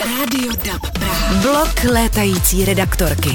Rádio DAB Praha. Blok létající redaktorky.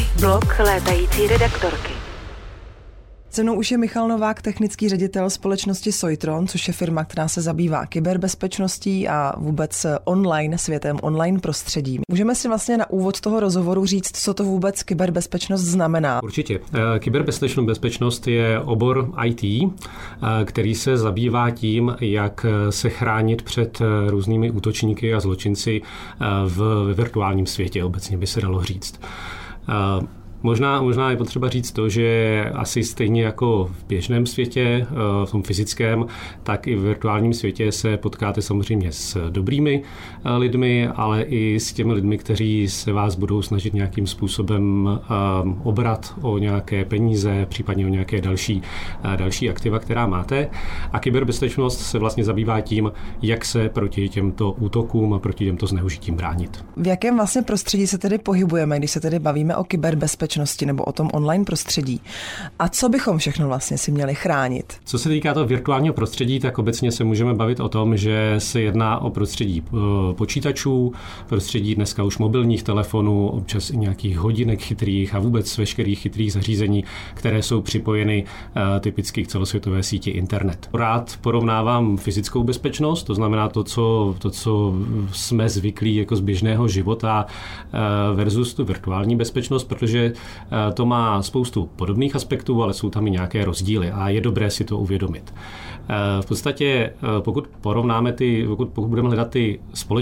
Se mnou už je Michal Novák, technický ředitel společnosti Soitron, což je firma, která se zabývá kyberbezpečností a vůbec světem online prostředí. Můžeme si vlastně na úvod toho rozhovoru říct, co to vůbec kyberbezpečnost znamená? Určitě. Kyberbezpečnost je obor IT, který se zabývá tím, jak se chránit před různými útočníky a zločinci v virtuálním světě, obecně by se dalo říct. Možná je potřeba říct to, že asi stejně jako v běžném světě, v tom fyzickém, tak i v virtuálním světě se potkáte samozřejmě s dobrými lidmi, ale i s těmi lidmi, kteří se vás budou snažit nějakým způsobem obrat o nějaké peníze, případně o nějaké další aktiva, která máte. A kyberbezpečnost se vlastně zabývá tím, jak se proti těmto útokům a proti těmto zneužitím bránit. V jakém vlastně prostředí se tedy pohybujeme, když se tedy bavíme o kyberbezpečnosti nebo o tom online prostředí? A co bychom všechno vlastně si měli chránit? Co se týká toho virtuálního prostředí, tak obecně se můžeme bavit o tom, že se jedná o prostředí počítačů, prostředí dneska už mobilních telefonů, občas i nějakých hodinek chytrých a vůbec veškerých chytrých zařízení, které jsou připojeny typicky k celosvětové síti internet. Rád porovnávám fyzickou bezpečnost, to znamená to, co jsme zvyklí jako z běžného života versus tu virtuální bezpečnost, protože to má spoustu podobných aspektů, ale jsou tam i nějaké rozdíly a je dobré si to uvědomit. V podstatě, pokud budeme hledat ty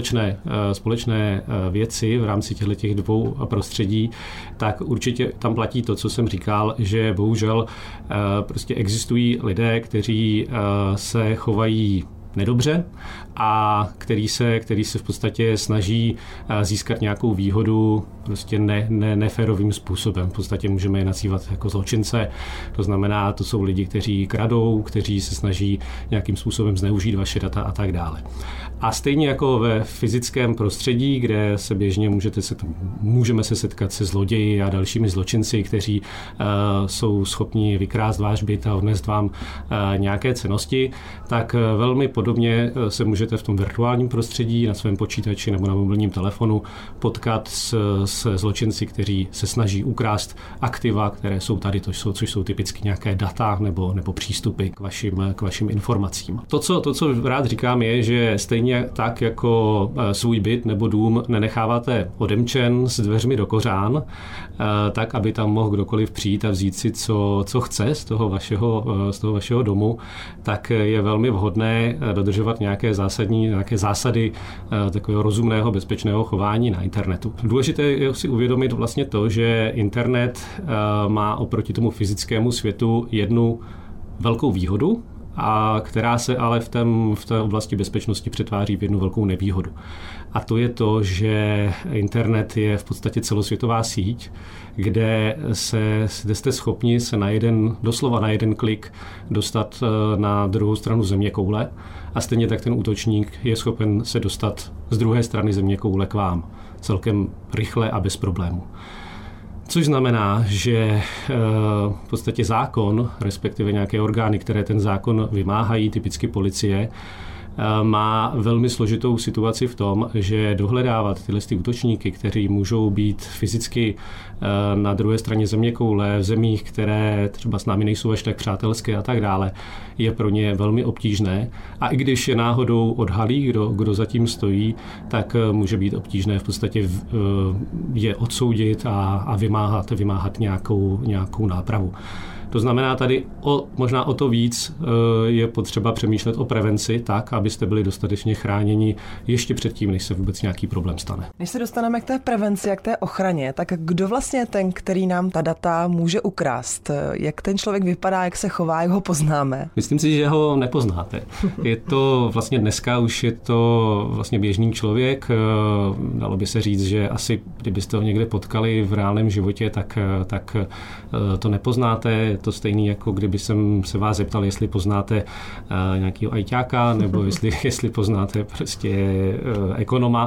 společné věci v rámci těchto dvou prostředí, tak určitě tam platí to, co jsem říkal, že bohužel prostě existují lidé, kteří se chovají nedobře a který se v podstatě snaží získat nějakou výhodu prostě neférovým způsobem. V podstatě můžeme je nazývat jako zločince. To znamená, to jsou lidi, kteří kradou, kteří se snaží nějakým způsobem zneužít vaše data a tak dále. A stejně jako ve fyzickém prostředí, kde se běžně můžeme se setkat se zloději a dalšími zločinci, kteří jsou schopni vykrást váš byt a odnést vám nějaké cennosti, tak velmi podobně se můžete v tom virtuálním prostředí na svém počítači nebo na mobilním telefonu potkat s zločinci, kteří se snaží ukrást aktiva, které jsou tady, což jsou typicky nějaké data nebo přístupy k vašim informacím. To, co rád říkám, je, že stejně tak jako svůj byt nebo dům nenecháváte odemčen s dveřmi do kořán, tak, aby tam mohl kdokoliv přijít a vzít si, co chce z toho vašeho domu, tak je velmi vhodné dodržovat nějaké zásady takového rozumného, bezpečného chování na internetu. Důležité je si uvědomit vlastně to, že internet má oproti tomu fyzickému světu jednu velkou výhodu, a která se ale v té oblasti bezpečnosti přetváří v jednu velkou nevýhodu. A to je to, že internet je v podstatě celosvětová síť, kde jste schopni se doslova na jeden klik dostat na druhou stranu zeměkoule a stejně tak ten útočník je schopen se dostat z druhé strany zeměkoule k vám celkem rychle a bez problému. Což znamená, že v podstatě zákon, respektive nějaké orgány, které ten zákon vymáhají, typicky policie, má velmi složitou situaci v tom, že dohledávat tyhle útočníky, kteří můžou být fyzicky na druhé straně zeměkoule v zemích, které třeba s námi nejsou až tak přátelské a tak dále, je pro ně velmi obtížné. A i když je náhodou odhalí, kdo zatím stojí, tak může být obtížné v podstatě je odsoudit a vymáhat nějakou nápravu. To znamená, tady možná o to víc je potřeba přemýšlet o prevenci tak, abyste byli dostatečně chráněni ještě předtím, než se vůbec nějaký problém stane. Než se dostaneme k té prevenci a k té ochraně, tak kdo vlastně je ten, který nám ta data může ukrást? Jak ten člověk vypadá, jak se chová, jak ho poznáme? Myslím si, že ho nepoznáte. Je to vlastně dneska už je to vlastně běžný člověk. Dalo by se říct, že asi kdybyste ho někde potkali v reálném životě, tak to nepoznáte. to stejný, jako kdyby jsem se vás zeptal, jestli poznáte nějakého ajťáka, nebo jestli poznáte prostě ekonoma.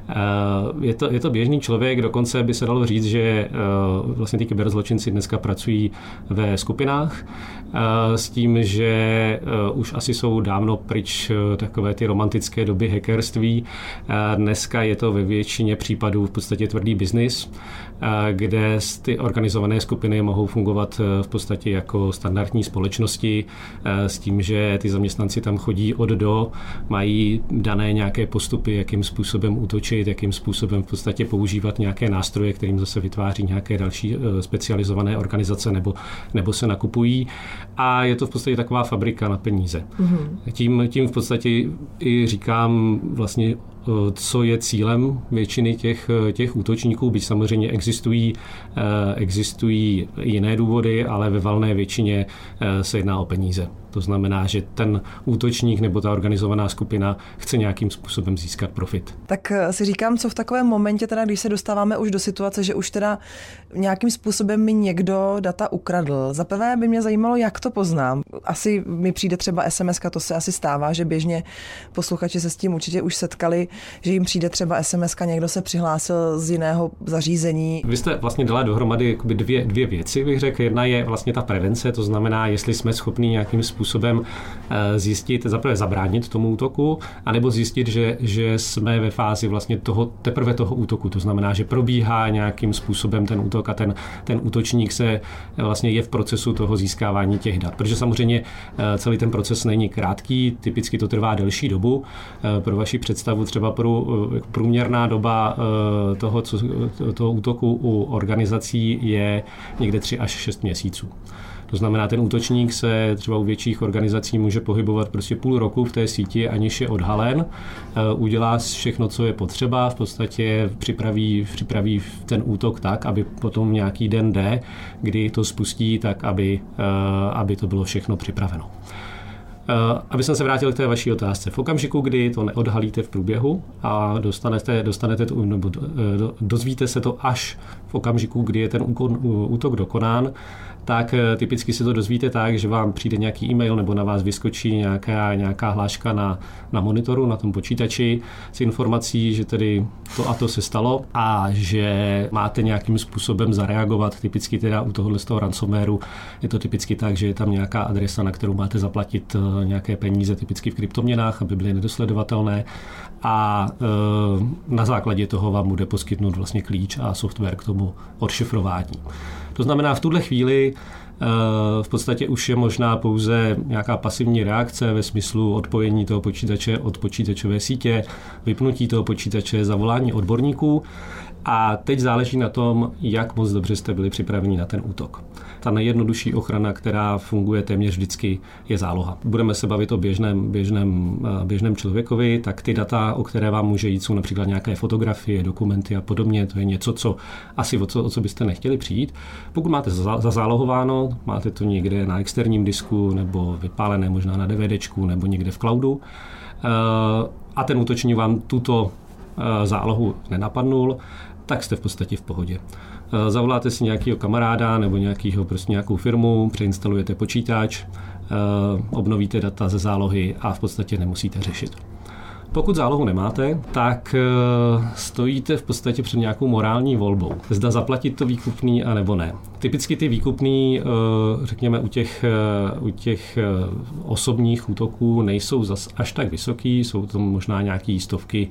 Je to běžný člověk, dokonce by se dalo říct, že vlastně ty kyberzločinci dneska pracují ve skupinách s tím, že už asi jsou dávno pryč takové ty romantické doby hackerství. Dneska je to ve většině případů v podstatě tvrdý biznis, kde ty organizované skupiny mohou fungovat v podstatě jako standardní společnosti s tím, že ty zaměstnanci tam chodí od do, mají dané nějaké postupy, jakým způsobem útočit, jakým způsobem v podstatě používat nějaké nástroje, kterým zase vytváří nějaké další specializované organizace nebo se nakupují. A je to v podstatě taková fabrika na peníze. Mm-hmm. Tím v podstatě i říkám vlastně, co je cílem většiny těch útočníků, byť samozřejmě existují jiné důvody, ale ve valné většině se jedná o peníze. To znamená, že ten útočník nebo ta organizovaná skupina chce nějakým způsobem získat profit. Tak si říkám, co v takovém momentě, teda, když se dostáváme už do situace, že už teda nějakým způsobem mi někdo data ukradl. Za prvé by mě zajímalo, jak to poznám. Asi mi přijde třeba SMS-ka, to se asi stává, že běžně posluchači se s tím určitě už setkali, že jim přijde třeba SMS-ka, někdo se přihlásil z jiného zařízení. Vy jste vlastně dala dohromady dvě věci, bych řekl. Jedna je vlastně ta prevence, to znamená, jestli jsme schopni nějakým způsobem zjistit, zaprvé zabránit tomu útoku, anebo zjistit, že jsme ve fázi vlastně teprve toho útoku. To znamená, že probíhá nějakým způsobem ten útok a ten útočník se vlastně je v procesu toho získávání těch dat. Protože samozřejmě celý ten proces není krátký, typicky to trvá delší dobu. Pro vaši představu třeba průměrná doba toho útoku u organizací je někde 3 až 6 měsíců. To znamená, ten útočník se třeba u větších organizací může pohybovat prostě půl roku v té síti, aniž je odhalen, udělá všechno, co je potřeba, v podstatě připraví ten útok tak, aby potom nějaký den D, kdy to spustí, tak aby to bylo všechno připraveno. Aby jsem se vrátil k té vaší otázce. V okamžiku, kdy to neodhalíte v průběhu a dostanete to, nebo dozvíte se to až v okamžiku, kdy je ten útok dokonán, tak typicky si to dozvíte tak, že vám přijde nějaký e-mail nebo na vás vyskočí nějaká hláška na monitoru, na tom počítači s informací, že tedy to a to se stalo a že máte nějakým způsobem zareagovat. Typicky teda u tohohle z toho ransomwareu je to typicky tak, že je tam nějaká adresa, na kterou máte zaplatit nějaké peníze, typicky v kryptoměnách, aby byly nedosledovatelné a na základě toho vám bude poskytnout vlastně klíč a software k tomu odšifrování. To znamená, v tuhle chvíli v podstatě už je možná pouze nějaká pasivní reakce ve smyslu odpojení toho počítače od počítačové sítě, vypnutí toho počítače, zavolání odborníků a teď záleží na tom, jak moc dobře jste byli připraveni na ten útok. Ta nejjednodušší ochrana, která funguje téměř vždycky, je záloha. Budeme se bavit o běžném člověkovi, tak ty data, o které vám může jít, jsou například nějaké fotografie, dokumenty a podobně. To je něco, o co byste nechtěli přijít. Pokud máte zazálohováno, máte to někde na externím disku nebo vypálené možná na DVDčku nebo někde v cloudu a ten útočník vám tuto zálohu nenapadnul, tak jste v podstatě v pohodě. Zavoláte si nějakého kamaráda nebo nějakou firmu, přeinstalujete počítač, obnovíte data ze zálohy a v podstatě nemusíte řešit. Pokud zálohu nemáte, tak stojíte v podstatě před nějakou morální volbou. Zda zaplatit to výkupný, anebo ne. Typicky ty výkupný, řekněme, u těch osobních útoků nejsou zas až tak vysoký, jsou to možná nějaké stovky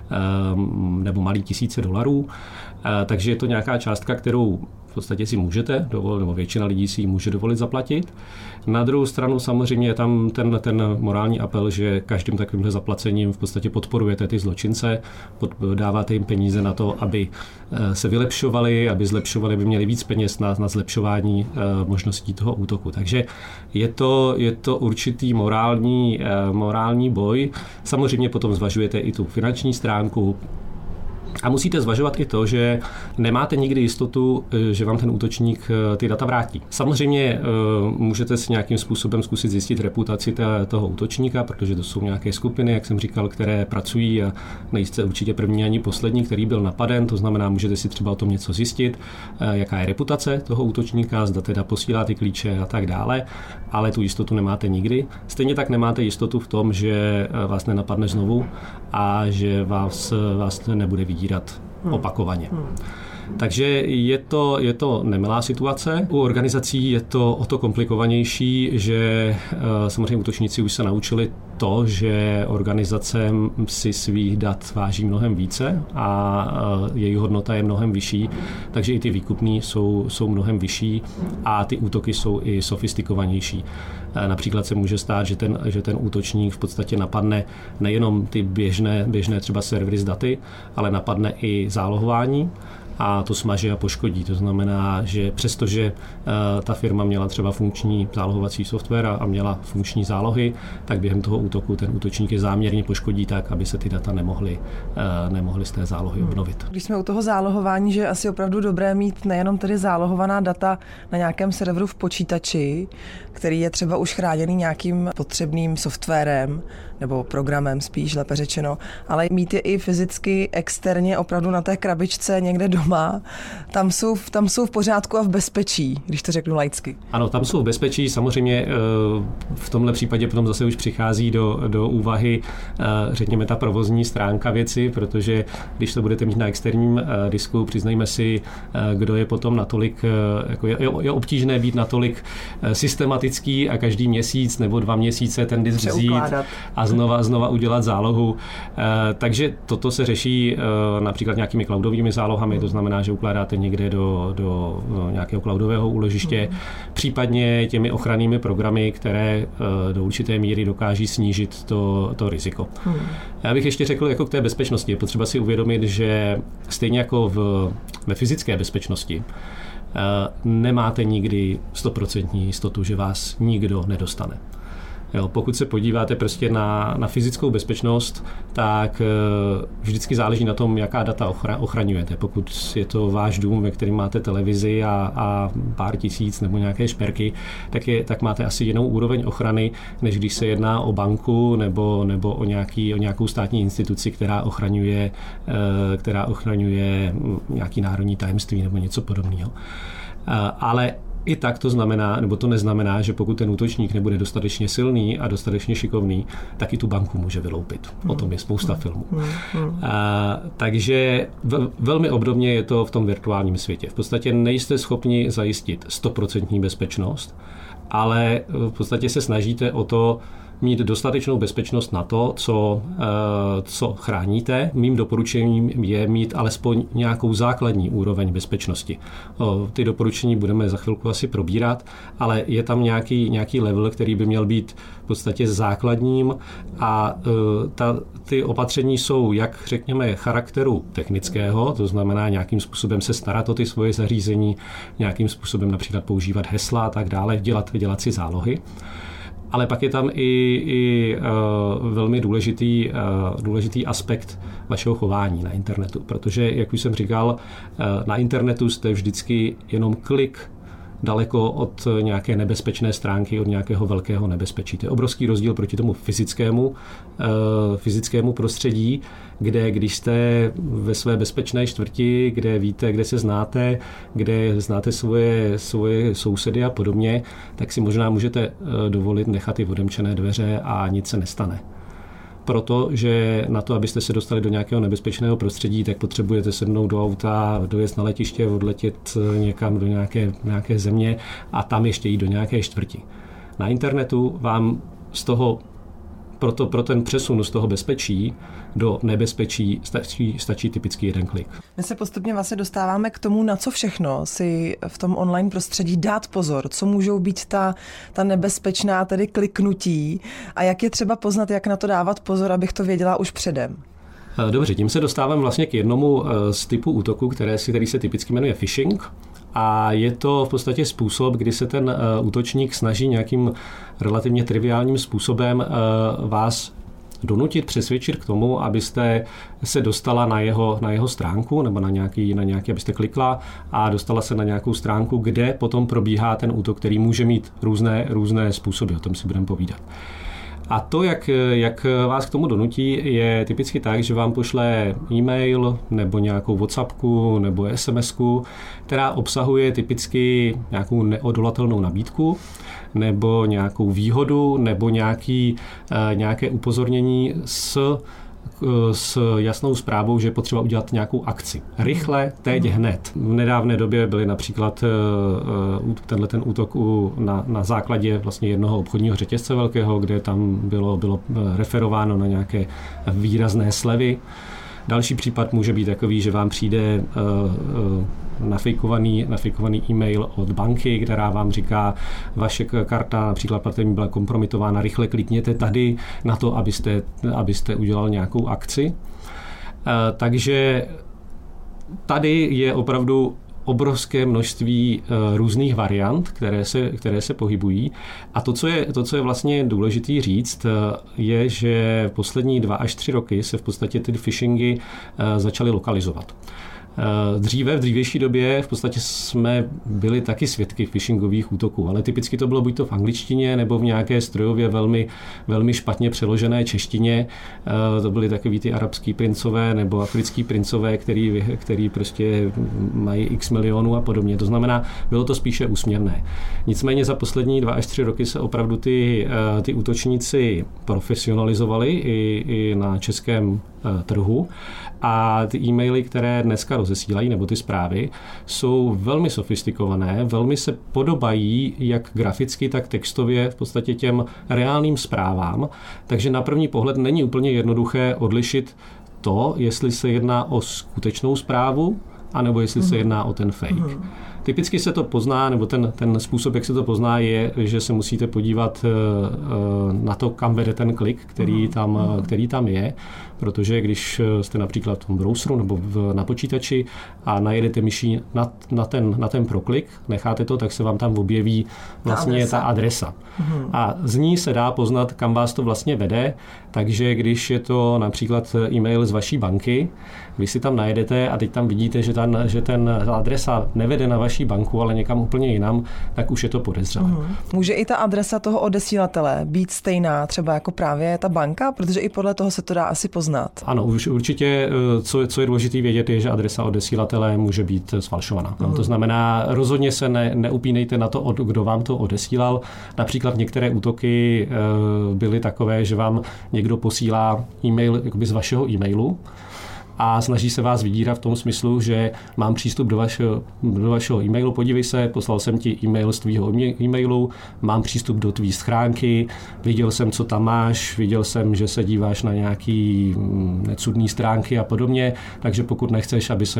nebo malý tisíce $, takže je to nějaká částka, kterou v podstatě si můžete dovolit, nebo většina lidí si ji může dovolit zaplatit. Na druhou stranu samozřejmě je tam ten morální apel, že každým takovýmhle zaplacením v podstatě podporujete ty zločince, dáváte jim peníze na to, aby se vylepšovali, aby měli víc peněz na zlepšování možností toho útoku. Takže je to určitý morální boj. Samozřejmě potom zvažujete i tu finanční stránku, A musíte zvažovat i to, že nemáte nikdy jistotu, že vám ten útočník ty data vrátí. Samozřejmě můžete si nějakým způsobem zkusit zjistit reputaci toho útočníka, protože to jsou nějaké skupiny, jak jsem říkal, které pracují a nejste určitě první ani poslední, který byl napaden, to znamená, můžete si třeba o tom něco zjistit, jaká je reputace toho útočníka, zda teda posílá ty klíče a tak dále, ale tu jistotu nemáte nikdy. Stejně tak nemáte jistotu v tom, že vás nenapadne znovu a že vás nebude vydírat opakovaně. Takže je to nemilá situace. U organizací je to o to komplikovanější, že samozřejmě útočníci už se naučili to, že organizace si svých dat váží mnohem více a jejich hodnota je mnohem vyšší, takže i ty výkupní jsou mnohem vyšší a ty útoky jsou i sofistikovanější. Například se může stát, že ten útočník v podstatě napadne nejenom ty běžné třeba servery s daty, ale napadne i zálohování a to smaže a poškodí. To znamená, že přestože ta firma měla třeba funkční zálohovací software a měla funkční zálohy, tak během toho útoku ten útočník je záměrně poškodí tak, aby se ty data nemohly z té zálohy obnovit. Když jsme u toho zálohování, že je asi opravdu dobré mít nejenom tedy zálohovaná data na nějakém serveru v počítači, který je třeba už chráněný nějakým potřebným softwarem nebo programem spíš, lépe řečeno, ale mít je i fyzicky externě opravdu na té krabičce někde doma. Tam jsou v pořádku a v bezpečí, když to řeknu laicky. Ano, tam jsou v bezpečí. Samozřejmě v tomhle případě potom zase už přichází do úvahy, řekněme, ta provozní stránka věci, protože když to budete mít na externím disku, přiznejme si, kdo je potom natolik, jako je obtížné být natolik systematický a každý měsíc nebo 2 měsíce ten disk vzít a znova udělat zálohu. Takže toto se řeší například nějakými cloudovými zálohami, to znamená, že ukládáte někde do nějakého cloudového úložiště, případně těmi ochrannými programy, které do určité míry dokáží snížit to riziko. Já bych ještě řekl, jako k té bezpečnosti, je potřeba si uvědomit, že stejně jako ve fyzické bezpečnosti nemáte nikdy 100% jistotu, že vás nikdo nedostane. Jo, pokud se podíváte prostě na fyzickou bezpečnost, tak vždycky záleží na tom, jaká data ochraňujete. Pokud je to váš dům, ve kterém máte televizi a pár tisíc nebo nějaké šperky, tak máte asi jinou úroveň ochrany, než když se jedná o banku nebo o nějakou státní instituci, která ochraňuje nějaký národní tajemství nebo něco podobného. Ale i tak to znamená, nebo to neznamená, že pokud ten útočník nebude dostatečně silný a dostatečně šikovný, tak i tu banku může vyloupit. O tom je spousta filmů. Takže velmi obdobně je to v tom virtuálním světě. V podstatě nejste schopni zajistit 100% bezpečnost, ale v podstatě se snažíte o to mít dostatečnou bezpečnost na to, co chráníte. Mým doporučením je mít alespoň nějakou základní úroveň bezpečnosti. Ty doporučení budeme za chvilku asi probírat, ale je tam nějaký level, který by měl být v podstatě základním a ty opatření jsou, jak řekněme, charakteru technického, to znamená nějakým způsobem se starat o ty svoje zařízení, nějakým způsobem například používat hesla a tak dále, dělat si zálohy. Ale pak je tam i velmi důležitý aspekt vašeho chování na internetu, protože, jak už jsem říkal, na internetu jste vždycky jenom klik daleko od nějaké nebezpečné stránky, od nějakého velkého nebezpečí. To je obrovský rozdíl proti tomu fyzickému prostředí, kde když jste ve své bezpečné čtvrti, kde víte, kde se znáte, kde znáte svoje sousedy a podobně, tak si možná můžete dovolit nechat i odemčené dveře a nic se nestane. Protože na to, abyste se dostali do nějakého nebezpečného prostředí, tak potřebujete sednout do auta, dojet na letiště, odletět někam do nějaké země a tam ještě jít do nějaké čtvrti. Na internetu vám z toho pro ten přesun z toho bezpečí do nebezpečí stačí typicky jeden klik. My se postupně vlastně dostáváme k tomu, na co všechno si v tom online prostředí dát pozor, co můžou být ta nebezpečná tedy kliknutí a jak je třeba poznat, jak na to dávat pozor, abych to věděla už předem. Dobře, tím se dostávám vlastně k jednomu z typů útoku, který se typicky jmenuje phishing. A je to v podstatě způsob, kdy se ten útočník snaží nějakým relativně triviálním způsobem vás donutit, přesvědčit k tomu, abyste se dostala na jeho stránku nebo na nějaký, abyste klikla a dostala se na nějakou stránku, kde potom probíhá ten útok, který může mít různé způsoby, o tom si budeme povídat. A to, jak vás k tomu donutí, je typicky tak, že vám pošle e-mail nebo nějakou WhatsAppku nebo SMSku, která obsahuje typicky nějakou neodolatelnou nabídku nebo nějakou výhodu nebo nějaké upozornění s jasnou zprávou, že je potřeba udělat nějakou akci. Rychle, teď, hned. V nedávné době byly například ten útok na základě vlastně jednoho obchodního řetězce velkého, kde tam bylo referováno na nějaké výrazné slevy. Další případ může být takový, že vám přijde nafikovaný e-mail od banky, která vám říká, vaše karta například platební byla kompromitována, rychle klikněte tady na to, abyste udělal nějakou akci. Takže tady je opravdu obrovské množství různých variant, které se pohybují. A to, co je vlastně důležitý říct, je, že poslední 2 až 3 roky se v podstatě ty phishingy začaly lokalizovat. V dřívější době v podstatě jsme byli taky svědky phishingových útoků, ale typicky to bylo buď to v angličtině nebo v nějaké strojově velmi, velmi špatně přeložené češtině. To byly takový ty arabský princové nebo africký princové, který prostě mají x milionů a podobně. To znamená, bylo to spíše úsměvné. Nicméně za poslední 2 až 3 roky se opravdu ty útočníci profesionalizovali i na českém trhu a ty e-maily, které dneska rozesílají, nebo ty zprávy, jsou velmi sofistikované, velmi se podobají jak graficky, tak textově v podstatě těm reálným zprávám, takže na první pohled není úplně jednoduché odlišit to, jestli se jedná o skutečnou zprávu, anebo jestli se jedná o ten fake. Typicky se to pozná, nebo ten způsob, jak se to pozná, je, že se musíte podívat na to, kam vede ten klik, který tam je, protože když jste například v tom browseru nebo na počítači a najedete myší na ten proklik, necháte to, tak se vám tam objeví vlastně ta adresa. A z ní se dá poznat, kam vás to vlastně vede, takže když je to například e-mail z vaší banky, vy si tam najedete a teď tam vidíte, že ta adresa nevede na vaší banku, ale někam úplně jinam, tak už je to podezřelé. Může i ta adresa toho odesílatele být stejná třeba jako právě ta banka, protože i podle toho se to dá asi poznat. Ano, určitě, co je důležité vědět, je, že adresa odesílatele může být sfalšovaná. To znamená, rozhodně se neupínejte na to, kdo vám to odesílal. Například některé útoky byly takové, že vám někdo posílá e-mail jakoby z vašeho e-mailu a snaží se vás vydírat v tom smyslu, že mám přístup do vašeho e-mailu, podívej se, poslal jsem ti e-mail z tvýho e-mailu, mám přístup do tvý schránky, viděl jsem, co tam máš, viděl jsem, že se díváš na nějaký necudný stránky a podobně, takže pokud nechceš, aby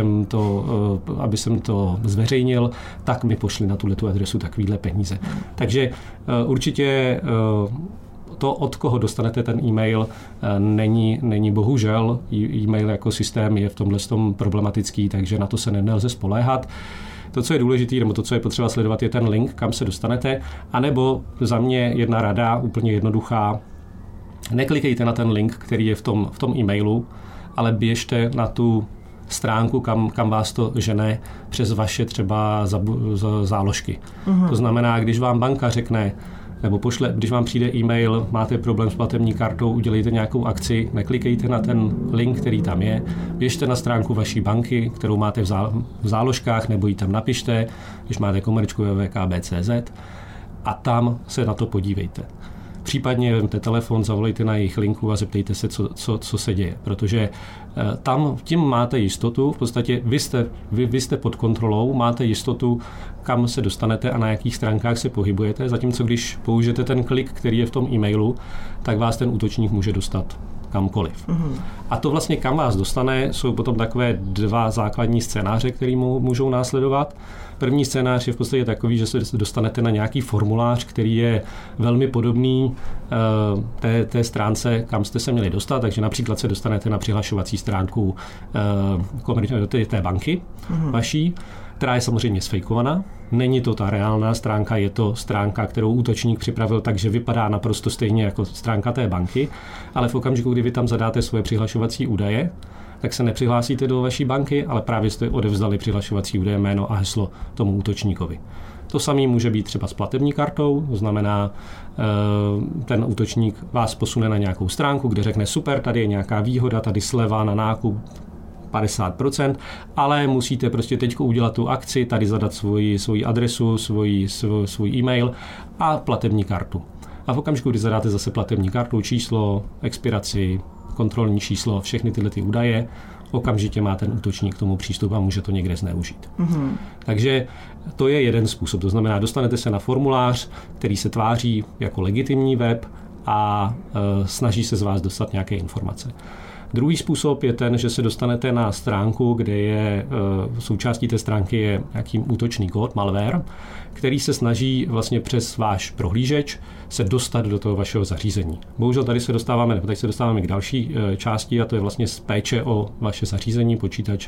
jsem to zveřejnil, tak mi pošli na tu adresu takovýhle peníze. Takže určitě to, od koho dostanete ten e-mail, není bohužel. E-mail jako systém je v tomhle problematický, takže na to se nelze spoléhat. To, co je důležité, nebo to, co je potřeba sledovat, je ten link, kam se dostanete, anebo za mě jedna rada, úplně jednoduchá, neklikejte na ten link, který je v tom e-mailu, ale běžte na tu stránku, kam vás to žene přes vaše třeba záložky. To znamená, když vám banka řekne, nebo pošle, když vám přijde e-mail, máte problém s platební kartou, udělejte nějakou akci, neklikejte na ten link, který tam je, běžte na stránku vaší banky, kterou máte v záložkách, nebo ji tam napište, když máte komerčku www.kb.cz a tam se na to podívejte. Případně vezmete telefon, zavolejte na jejich linku a zeptejte se, co se děje, protože tam tím máte jistotu, v podstatě vy jste pod kontrolou, máte jistotu, kam se dostanete a na jakých stránkách se pohybujete, zatímco když použijete ten klik, který je v tom e-mailu, tak vás ten útočník může dostat kamkoliv. A to vlastně, kam vás dostane, jsou potom takové 2 základní scénáře, které můžou následovat. První scénář je v podstatě takový, že se dostanete na nějaký formulář, který je velmi podobný té stránce, kam jste se měli dostat, takže například se dostanete na přihlašovací stránku té banky vaší která je samozřejmě sfejkovaná. Není to ta reálná stránka, je to stránka, kterou útočník připravil, takže vypadá naprosto stejně jako stránka té banky, ale v okamžiku, kdy vy tam zadáte svoje přihlašovací údaje, tak se nepřihlásíte do vaší banky, ale právě jste odevzdali přihlašovací údaje, jméno a heslo tomu útočníkovi. To samé může být třeba s platební kartou, to znamená, ten útočník vás posune na nějakou stránku, kde řekne super, tady je nějaká výhoda, tady sleva na nákup 50%, ale musíte prostě teď udělat tu akci, tady zadat svoji adresu, svůj e-mail a platební kartu. A v okamžiku, kdy zadáte zase platební kartu, číslo, expiraci, kontrolní číslo, všechny tyhle ty údaje, okamžitě má ten útočník k tomu přístup a může to někde zneužít. Mm-hmm. Takže to je jeden způsob. To znamená, dostanete se na formulář, který se tváří jako legitimní web a snaží se z vás dostat nějaké informace. Druhý způsob je ten, že se dostanete na stránku, kde je součástí té stránky je nějaký útočný kód, malware, který se snaží vlastně přes váš prohlížeč se dostat do toho vašeho zařízení. Bohužel tady se dostáváme k další části a to je vlastně péče o vaše zařízení, počítač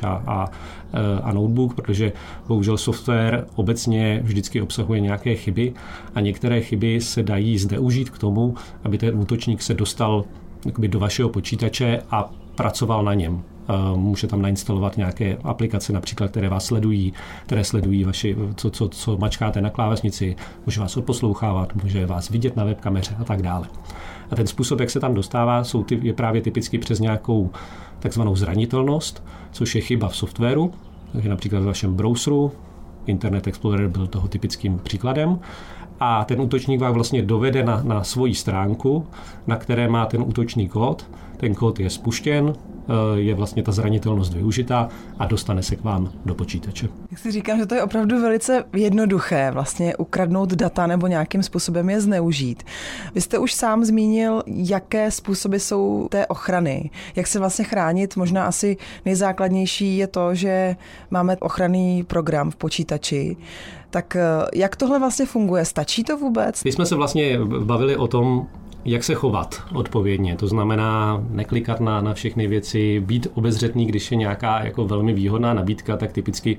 a notebook, protože bohužel software obecně vždycky obsahuje nějaké chyby a některé chyby se dají zneužít k tomu, aby ten útočník se dostal do vašeho počítače a pracoval na něm. Může tam nainstalovat nějaké aplikace, například, které vás sledují, které sledují co mačkáte na klávesnici, může vás odposlouchávat, může vás vidět na webkameře a tak dále. A ten způsob, jak se tam dostává, je právě typicky přes nějakou takzvanou zranitelnost, což je chyba v softwaru, takže například v vašem browseru, Internet Explorer byl toho typickým příkladem, a ten útočník vás vlastně dovede na svoji stránku, na které má ten útočný kód. Ten kód je spuštěn, je vlastně ta zranitelnost využita a dostane se k vám do počítače. Jak si říkám, že to je opravdu velice jednoduché vlastně ukradnout data nebo nějakým způsobem je zneužít. Vy jste už sám zmínil, jaké způsoby jsou té ochrany. Jak se vlastně chránit? Možná asi nejzákladnější je to, že máme ochranný program v počítači. Tak jak tohle vlastně funguje? Stačí to vůbec? My jsme se vlastně bavili o tom, jak se chovat odpovědně. To znamená neklikat na všechny věci, být obezřetný, když je nějaká jako velmi výhodná nabídka, tak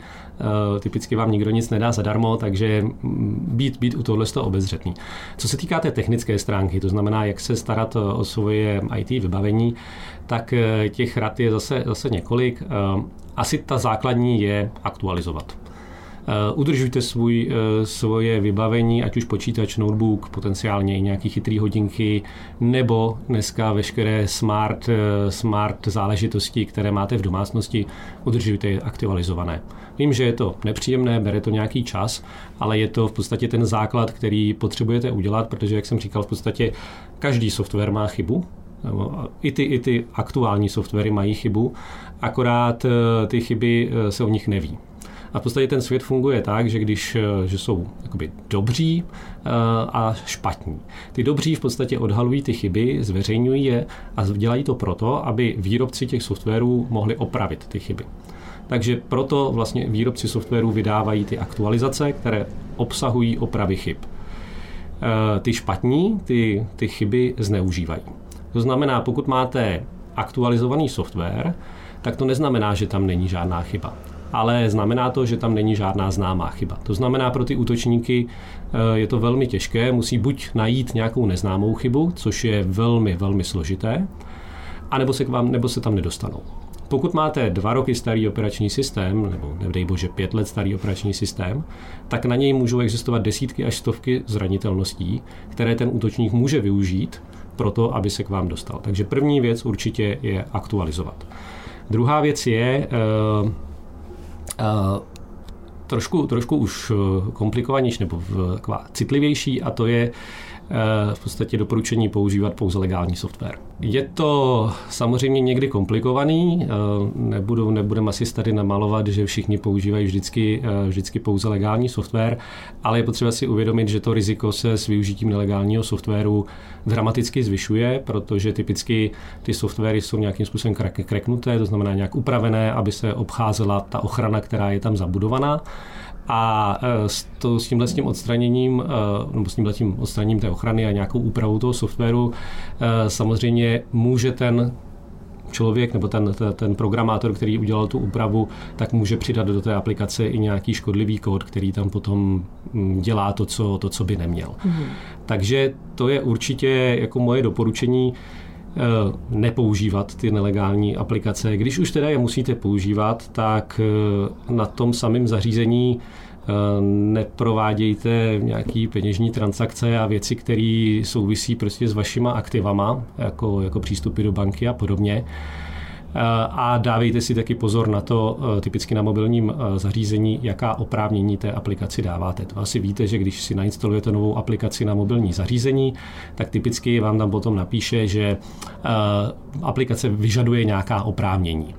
typicky vám nikdo nic nedá zadarmo, takže být u tohle obezřetný. Co se týká té technické stránky, to znamená, jak se starat o svoje IT vybavení, tak těch rad je zase několik. Asi ta základní je aktualizovat. Udržujte svoje vybavení, ať už počítač, notebook, potenciálně i nějaký chytrý hodinky, nebo dneska veškeré smart záležitosti, které máte v domácnosti, udržujte je aktualizované. Vím, že je to nepříjemné, bere to nějaký čas, ale je to v podstatě ten základ, který potřebujete udělat, protože, jak jsem říkal, v podstatě každý software má chybu. I ty aktuální softwary mají chybu, akorát ty chyby se o nich neví. A v podstatě ten svět funguje tak, že jsou jakoby dobří a špatní. Ty dobří v podstatě odhalují ty chyby, zveřejňují je a dělají to proto, aby výrobci těch softwarů mohli opravit ty chyby. Takže proto vlastně výrobci softwarů vydávají ty aktualizace, které obsahují opravy chyb. Ty špatní ty chyby zneužívají. To znamená, pokud máte aktualizovaný software, tak to neznamená, že tam není žádná chyba. Ale znamená to, že tam není žádná známá chyba. To znamená, pro ty útočníky je to velmi těžké, musí buď najít nějakou neznámou chybu, což je velmi, velmi složité, nebo se tam nedostanou. Pokud máte 2 roky starý operační systém, nebo nedej bože 5 let starý operační systém, tak na něj můžou existovat desítky až stovky zranitelností, které ten útočník může využít pro to, aby se k vám dostal. Takže první věc určitě je aktualizovat. Druhá věc je trošku už komplikovanější nebo citlivější, a to je v podstatě doporučení používat pouze legální software. Je to samozřejmě někdy komplikovaný, nebudeme asi tady namalovat, že všichni používají vždycky pouze legální software, ale je potřeba si uvědomit, že to riziko se s využitím nelegálního softwaru dramaticky zvyšuje, protože typicky ty softwary jsou nějakým způsobem kreknuté, to znamená nějak upravené, aby se obcházela ta ochrana, která je tam zabudovaná. A s tímhletím odstraněním té ochrany a nějakou úpravou toho softwaru samozřejmě může ten člověk nebo ten programátor, který udělal tu úpravu, tak může přidat do té aplikace i nějaký škodlivý kód, který tam potom dělá to, co by neměl. Takže to je určitě jako moje doporučení, nepoužívat ty nelegální aplikace. Když už teda je musíte používat, tak na tom samém zařízení neprovádějte nějaký peněžní transakce a věci, které souvisí prostě s vašima aktivama, jako přístupy do banky a podobně. A dávejte si taky pozor na to, typicky na mobilním zařízení, jaká oprávnění té aplikaci dáváte. To asi víte, že když si nainstalujete novou aplikaci na mobilní zařízení, tak typicky vám tam potom napíše, že aplikace vyžaduje nějaká oprávnění.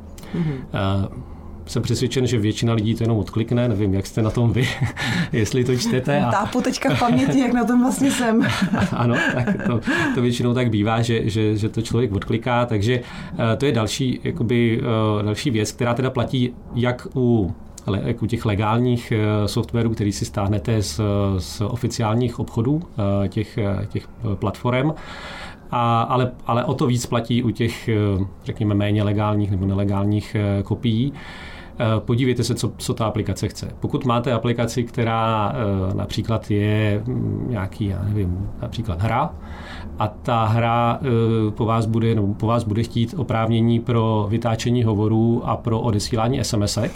Jsem přesvědčen, že většina lidí to jenom odklikne, nevím, jak jste na tom vy, jestli to čtete. Tápu teďka v paměti, jak na tom vlastně jsem. Ano, tak to většinou tak bývá, že to člověk odkliká, takže to je další věc, která teda platí jak u těch legálních softwarů, který si stáhnete z oficiálních obchodů těch platform, ale o to víc platí u těch, řekněme, méně legálních nebo nelegálních kopií. Podívejte se, co ta aplikace chce. Pokud máte aplikaci, která například je nějaký, já nevím, například hra, a ta hra po vás bude chtít oprávnění pro vytáčení hovorů a pro odesílání SMSek,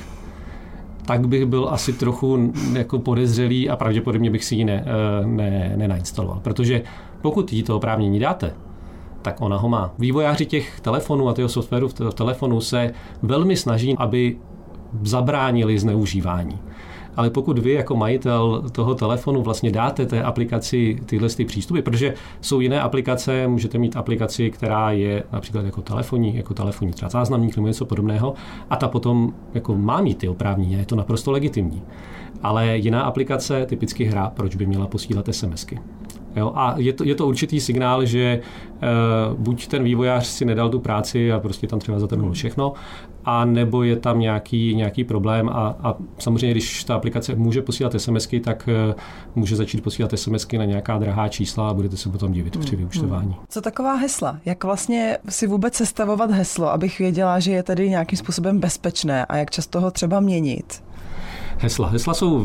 tak bych byl asi trochu jako podezřelý a pravděpodobně bych si ji nenainstaloval. Protože pokud jí to oprávnění dáte, tak ona ho má. Vývojáři těch telefonů a toho softwaru v telefonu se velmi snaží, aby zabránili zneužívání. Ale pokud vy jako majitel toho telefonu vlastně dáte té aplikaci tyhle přístupy, protože jsou jiné aplikace, můžete mít aplikaci, která je například jako telefonní třeba záznamník nebo něco podobného, a ta potom jako má mít ty oprávnění, je to naprosto legitimní. Ale jiná aplikace, typicky hra, proč by měla posílat SMSky? Jo, a je to určitý signál, že buď ten vývojář si nedal tu práci a prostě tam třeba zatrhnul všechno, a nebo je tam nějaký problém a samozřejmě, když ta aplikace může posílat SMSky, tak může začít posílat SMSky na nějaká drahá čísla a budete se potom divit při vyúčtování. Co taková hesla? Jak vlastně si vůbec sestavovat heslo, abych věděla, že je tady nějakým způsobem bezpečné a jak často ho třeba měnit? Hesla jsou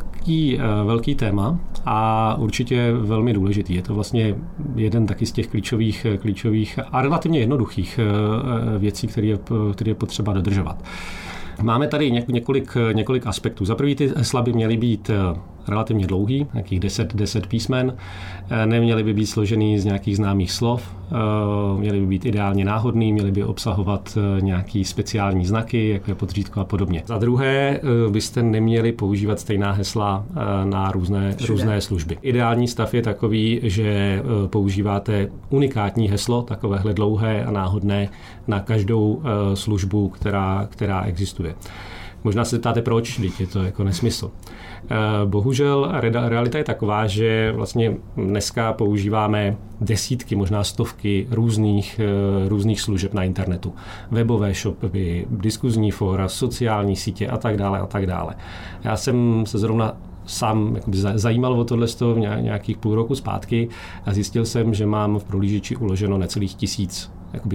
velký téma a určitě velmi důležitý. Je to vlastně jeden taky z těch klíčových a relativně jednoduchých věcí, které je potřeba dodržovat. Máme tady několik aspektů. Za první, ty hesla by měly být relativně dlouhý, nějakých 10 písmen, neměly by být složený z nějakých známých slov, měly by být ideálně náhodný, měly by obsahovat nějaký speciální znaky, jako je podřídko a podobně. Za druhé, byste neměli používat stejná hesla na různé služby. Ideální stav je takový, že používáte unikátní heslo, takovéhle dlouhé a náhodné, na každou službu, která existuje. Možná se ptáte, proč, teď je to jako nesmysl. Bohužel realita je taková, že vlastně dneska používáme desítky, možná stovky různých služeb na internetu. Webové shopy, diskuzní fóra, sociální sítě a tak dále. Já jsem se zrovna sám zajímal o tohle nějakých půl roku zpátky a zjistil jsem, že mám v prohlížeči uloženo necelých 1000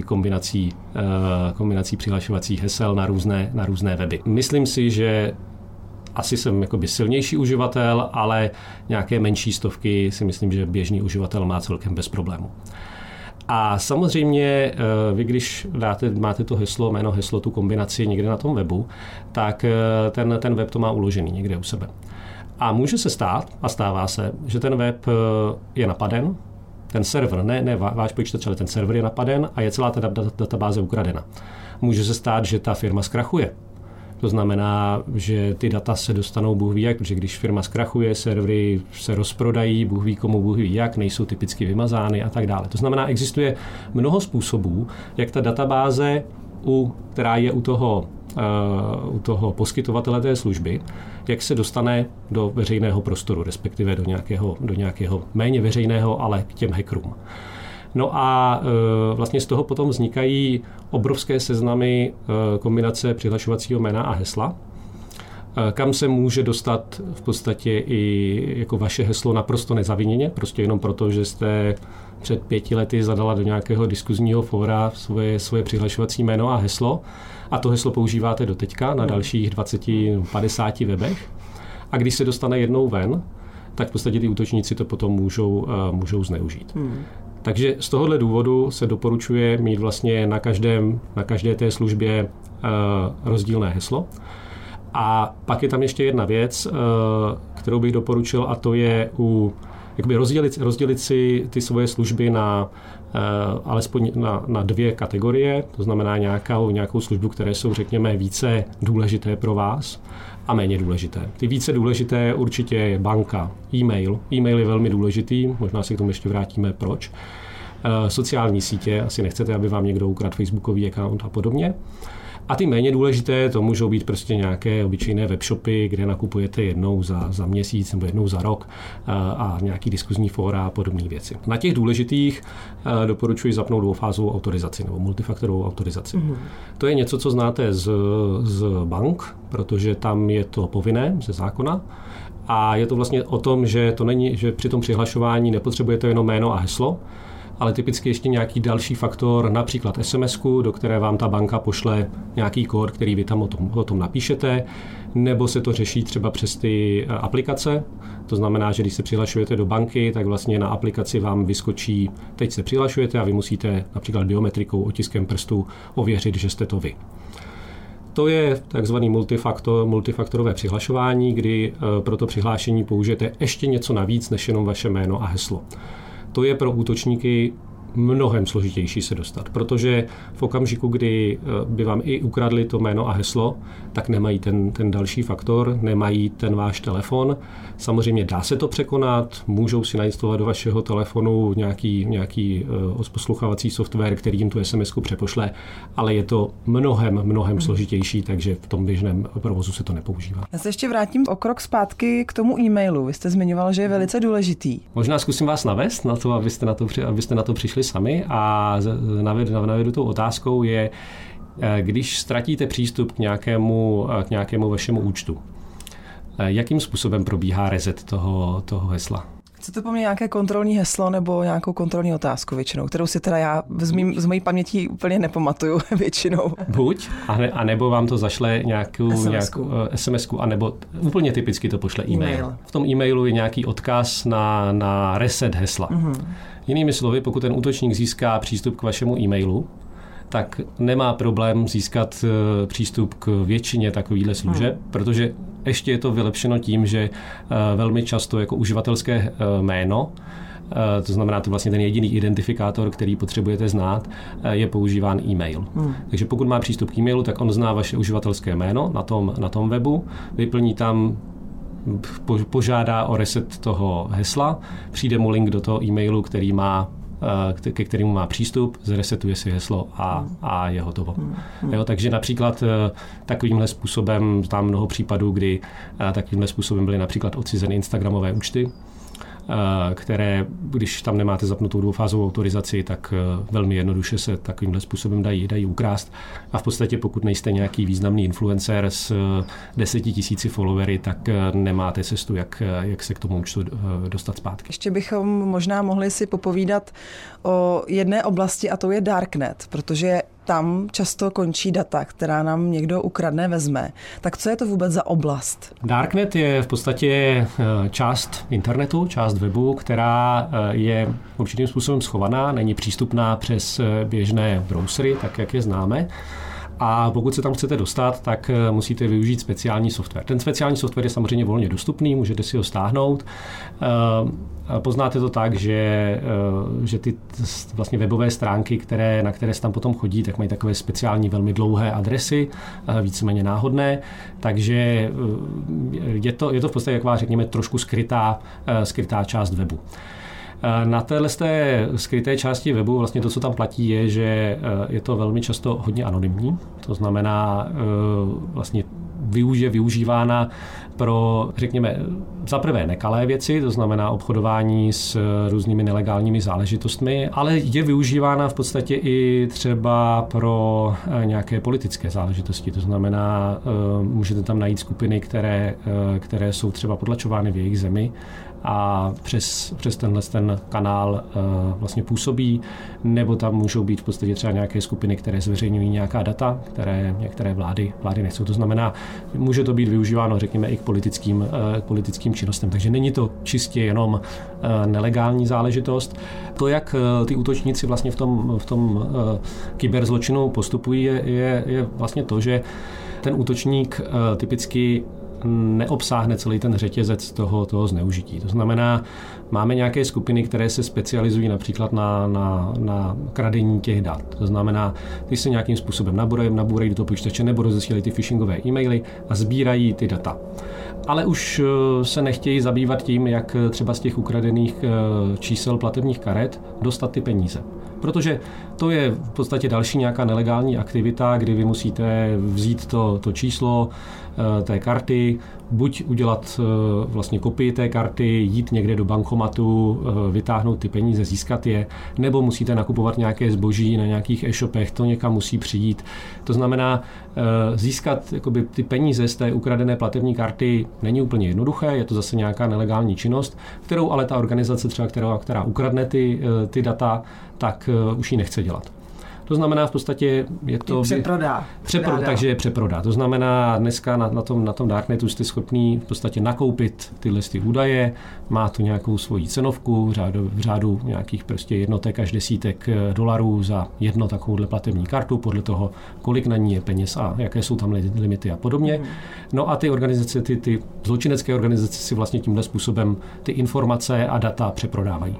kombinací přihlašovacích hesel na různé weby. Myslím si, že asi jsem silnější uživatel, ale nějaké menší stovky si myslím, že běžný uživatel má celkem bez problému. A samozřejmě vy, když máte to jméno heslo, tu kombinaci někde na tom webu, tak ten web to má uložený někde u sebe. A může se stát, a stává se, že ten web je napaden, ten server, ne váš počítač, ale ten server je napaden a je celá ta databáze ukradena. Může se stát, že ta firma zkrachuje. To znamená, že ty data se dostanou Bůh ví jak, protože když firma zkrachuje, servery se rozprodají, Bůh ví komu, Bůh ví jak, nejsou typicky vymazány a tak dále. To znamená, existuje mnoho způsobů, jak ta databáze, která je u toho poskytovatele té služby, jak se dostane do veřejného prostoru, respektive do nějakého méně veřejného, ale k těm hackerům. No a vlastně z toho potom vznikají obrovské seznamy kombinace přihlašovacího jména a hesla. kam se může dostat v podstatě i jako vaše heslo naprosto nezaviněně, prostě jenom proto, že jste před 5 lety zadala do nějakého diskuzního fóra svoje přihlašovací jméno a heslo a to heslo používáte do teďka na dalších 20-50 webech. A když se dostane jednou ven, tak v podstatě ty útočníci to potom můžou zneužít. Takže z tohohle důvodu se doporučuje mít vlastně na každé té službě rozdílné heslo. A pak je tam ještě jedna věc, kterou bych doporučil, a to je rozdělit si ty svoje služby alespoň na 2 kategorie, to znamená nějakou službu, které jsou, řekněme, více důležité pro vás a méně důležité. Ty více důležité určitě je banka, e-mail. E-mail je velmi důležitý, možná si k tomu ještě vrátíme, proč. Sociální sítě, asi nechcete, aby vám někdo ukradl facebookový account a podobně. A ty méně důležité, to můžou být prostě nějaké obyčejné webshopy, kde nakupujete jednou za měsíc nebo jednou za rok a nějaký diskuzní fóra a podobné věci. Na těch důležitých doporučuji zapnout dvoufázovou autorizaci nebo multifaktorovou autorizaci. To je něco, co znáte z bank, protože tam je to povinné ze zákona. A je to vlastně o tom, že při tom přihlašování nepotřebujete jenom jméno a heslo, ale typicky ještě nějaký další faktor, například SMS-ku, do které vám ta banka pošle nějaký kód, který vy tam o tom napíšete, nebo se to řeší třeba přes ty aplikace. To znamená, že když se přihlašujete do banky, tak vlastně na aplikaci vám vyskočí, teď se přihlašujete a vy musíte například biometrikou, otiskem prstu ověřit, že jste to vy. To je takzvaný multifaktorové přihlašování, kdy pro to přihlášení použijete ještě něco navíc, než jenom vaše jméno a heslo. To je pro útočníky mnohem složitější se dostat, protože v okamžiku, kdy by vám i ukradli to jméno a heslo, tak nemají ten další faktor, nemají ten váš telefon. Samozřejmě dá se to překonat, můžou si nainstalovat do vašeho telefonu nějaký poslouchávací software, který jim tu SMS-ku přepošle, ale je to mnohem složitější, takže v tom běžném provozu se to nepoužívá. Já se ještě vrátím o krok zpátky k tomu e-mailu. Vy jste zmiňoval, že je velice důležitý. Možná zkusím vás navést na to, abyste na to přišli sami a navedu tou otázkou je, když ztratíte přístup k nějakému vašemu účtu, jakým způsobem probíhá reset toho hesla? Chcete po mně nějaké kontrolní heslo nebo nějakou kontrolní otázku většinou, kterou si teda já z mojí paměti úplně nepamatuju většinou. Buď, anebo vám to zašle nějakou SMS-ku, anebo úplně typicky to pošle e-mail. V tom e-mailu je nějaký odkaz na reset hesla. Jinými slovy, pokud ten útočník získá přístup k vašemu e-mailu, tak nemá problém získat přístup k většině takovýchhle služeb, protože ještě je to vylepšeno tím, že velmi často jako uživatelské jméno, to znamená to vlastně ten jediný identifikátor, který potřebujete znát, je používán e-mail. Takže pokud má přístup k e-mailu, tak on zná vaše uživatelské jméno na tom webu, vyplní tam, požádá o reset toho hesla, přijde mu link do toho e-mailu, ke kterému má přístup, zresetuje si heslo a je hotovo. Takže například takovýmhle způsobem, tam mnoho případů, kdy takovýmhle způsobem byly například odcizeny instagramové účty, které, když tam nemáte zapnutou dvoufázovou autorizaci, tak velmi jednoduše se takovýmhle způsobem dají ukrást. A v podstatě, pokud nejste nějaký významný influencer s 10 000 followery, tak nemáte cestu, jak se k tomu účtu dostat zpátky. Ještě bychom možná mohli si popovídat o jedné oblasti, a to je Darknet, protože tam často končí data, která nám někdo ukradne, vezme. Tak co je to vůbec za oblast? Darknet je v podstatě část internetu, část webu, která je určitým způsobem schovaná, není přístupná přes běžné browsery, tak jak je známe. A pokud se tam chcete dostat, tak musíte využít speciální software. Ten speciální software je samozřejmě volně dostupný, můžete si ho stáhnout. Poznáte to tak, že ty vlastně webové stránky, na které se tam potom chodí, tak mají takové speciální velmi dlouhé adresy, víceméně náhodné, takže je to v podstatě taková, řekněme, trošku skrytá část webu. Na téhle skryté části webu vlastně to, co tam platí, je, že je to velmi často hodně anonymní. To znamená, vlastně využívána pro, řekněme, za prvé nekalé věci, to znamená obchodování s různými nelegálními záležitostmi, ale je využívána v podstatě i třeba pro nějaké politické záležitosti. To znamená, můžete tam najít skupiny, které jsou třeba potlačovány v jejich zemi a přes ten kanál vlastně působí, nebo tam můžou být v podstatě třeba nějaké skupiny, které zveřejňují nějaká data, které některé vlády nechcou. To znamená, může to být využíváno, řekněme, i k politickým činnostem. Takže není to čistě jenom nelegální záležitost. To, jak ty útočníci vlastně v tom kyberzločinu postupují, je vlastně to, že ten útočník typicky neobsáhne celý ten řetězec toho zneužití. To znamená, máme nějaké skupiny, které se specializují například na kradení těch dat. To znamená, ty se nějakým způsobem nabůrají do toho počítače nebo rozesílají ty phishingové e-maily a sbírají ty data. Ale už se nechtějí zabývat tím, jak třeba z těch ukradených čísel platebních karet dostat ty peníze. Protože to je v podstatě další nějaká nelegální aktivita, kdy vy musíte vzít to číslo té karty, buď udělat vlastně kopii té karty, jít někde do bankomatu, vytáhnout ty peníze, získat je, nebo musíte nakupovat nějaké zboží na nějakých e-shopech, to někam musí přijít. To znamená, získat jakoby ty peníze z té ukradené platební karty není úplně jednoduché, je to zase nějaká nelegální činnost, kterou ale ta organizace třeba, která ukradne ty data, tak už ji nechce dělat. To znamená v podstatě je to... Přeprodá. Takže je přeprodá. To znamená dneska na tom darknetu jste schopný v podstatě nakoupit tyhle údaje, má to nějakou svoji cenovku v řádu nějakých prostě jednotek až desítek dolarů za jedno takovouhle platební kartu, podle toho, kolik na ní je peněz a jaké jsou tam limity a podobně. No a ty organizace, ty zločinecké organizace si vlastně tímhle způsobem ty informace a data přeprodávají.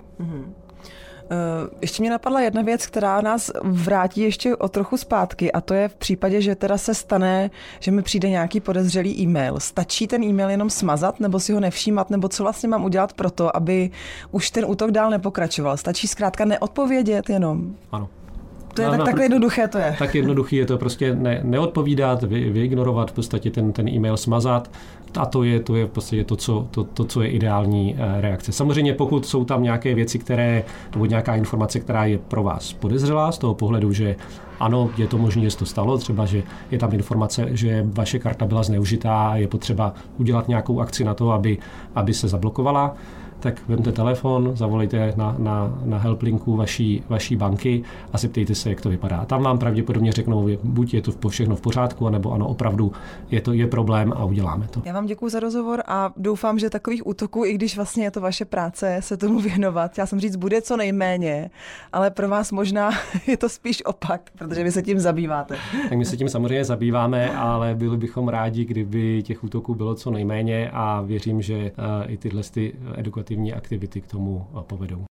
Ještě mě napadla jedna věc, která nás vrátí ještě o trochu zpátky, a to je v případě, že teda se stane, že mi přijde nějaký podezřelý e-mail. Stačí ten e-mail jenom smazat, nebo si ho nevšímat, nebo co vlastně mám udělat pro to, aby už ten útok dál nepokračoval? Stačí zkrátka neodpovědět jenom? Ano. To je takhle jednoduché to je. Tak jednoduchý je to prostě neodpovídat, vyignorovat, v podstatě ten e-mail smazat. A to je v podstatě to, co je ideální reakce. Samozřejmě pokud jsou tam nějaké věci, nebo nějaká informace, která je pro vás podezřelá z toho pohledu, že ano, je to možné, že se to stalo, třeba, že je tam informace, že vaše karta byla zneužitá a je potřeba udělat nějakou akci na to, aby se zablokovala, tak vemte telefon, zavolejte na helplinku vaší banky a zeptejte se, jak to vypadá. Tam vám pravděpodobně řeknou, buď je to všechno v pořádku, anebo ano, opravdu je problém a uděláme to. Já vám děkuji za rozhovor a doufám, že takových útoků, i když vlastně je to vaše práce se tomu věnovat, já jsem říct, bude co nejméně, ale pro vás možná je to spíš opak, protože vy se tím zabýváte. Tak my se tím samozřejmě zabýváme, ale byli bychom rádi, kdyby těch útoků bylo co nejméně a věřím, že i tyhle edukativní aktivity k tomu povedou.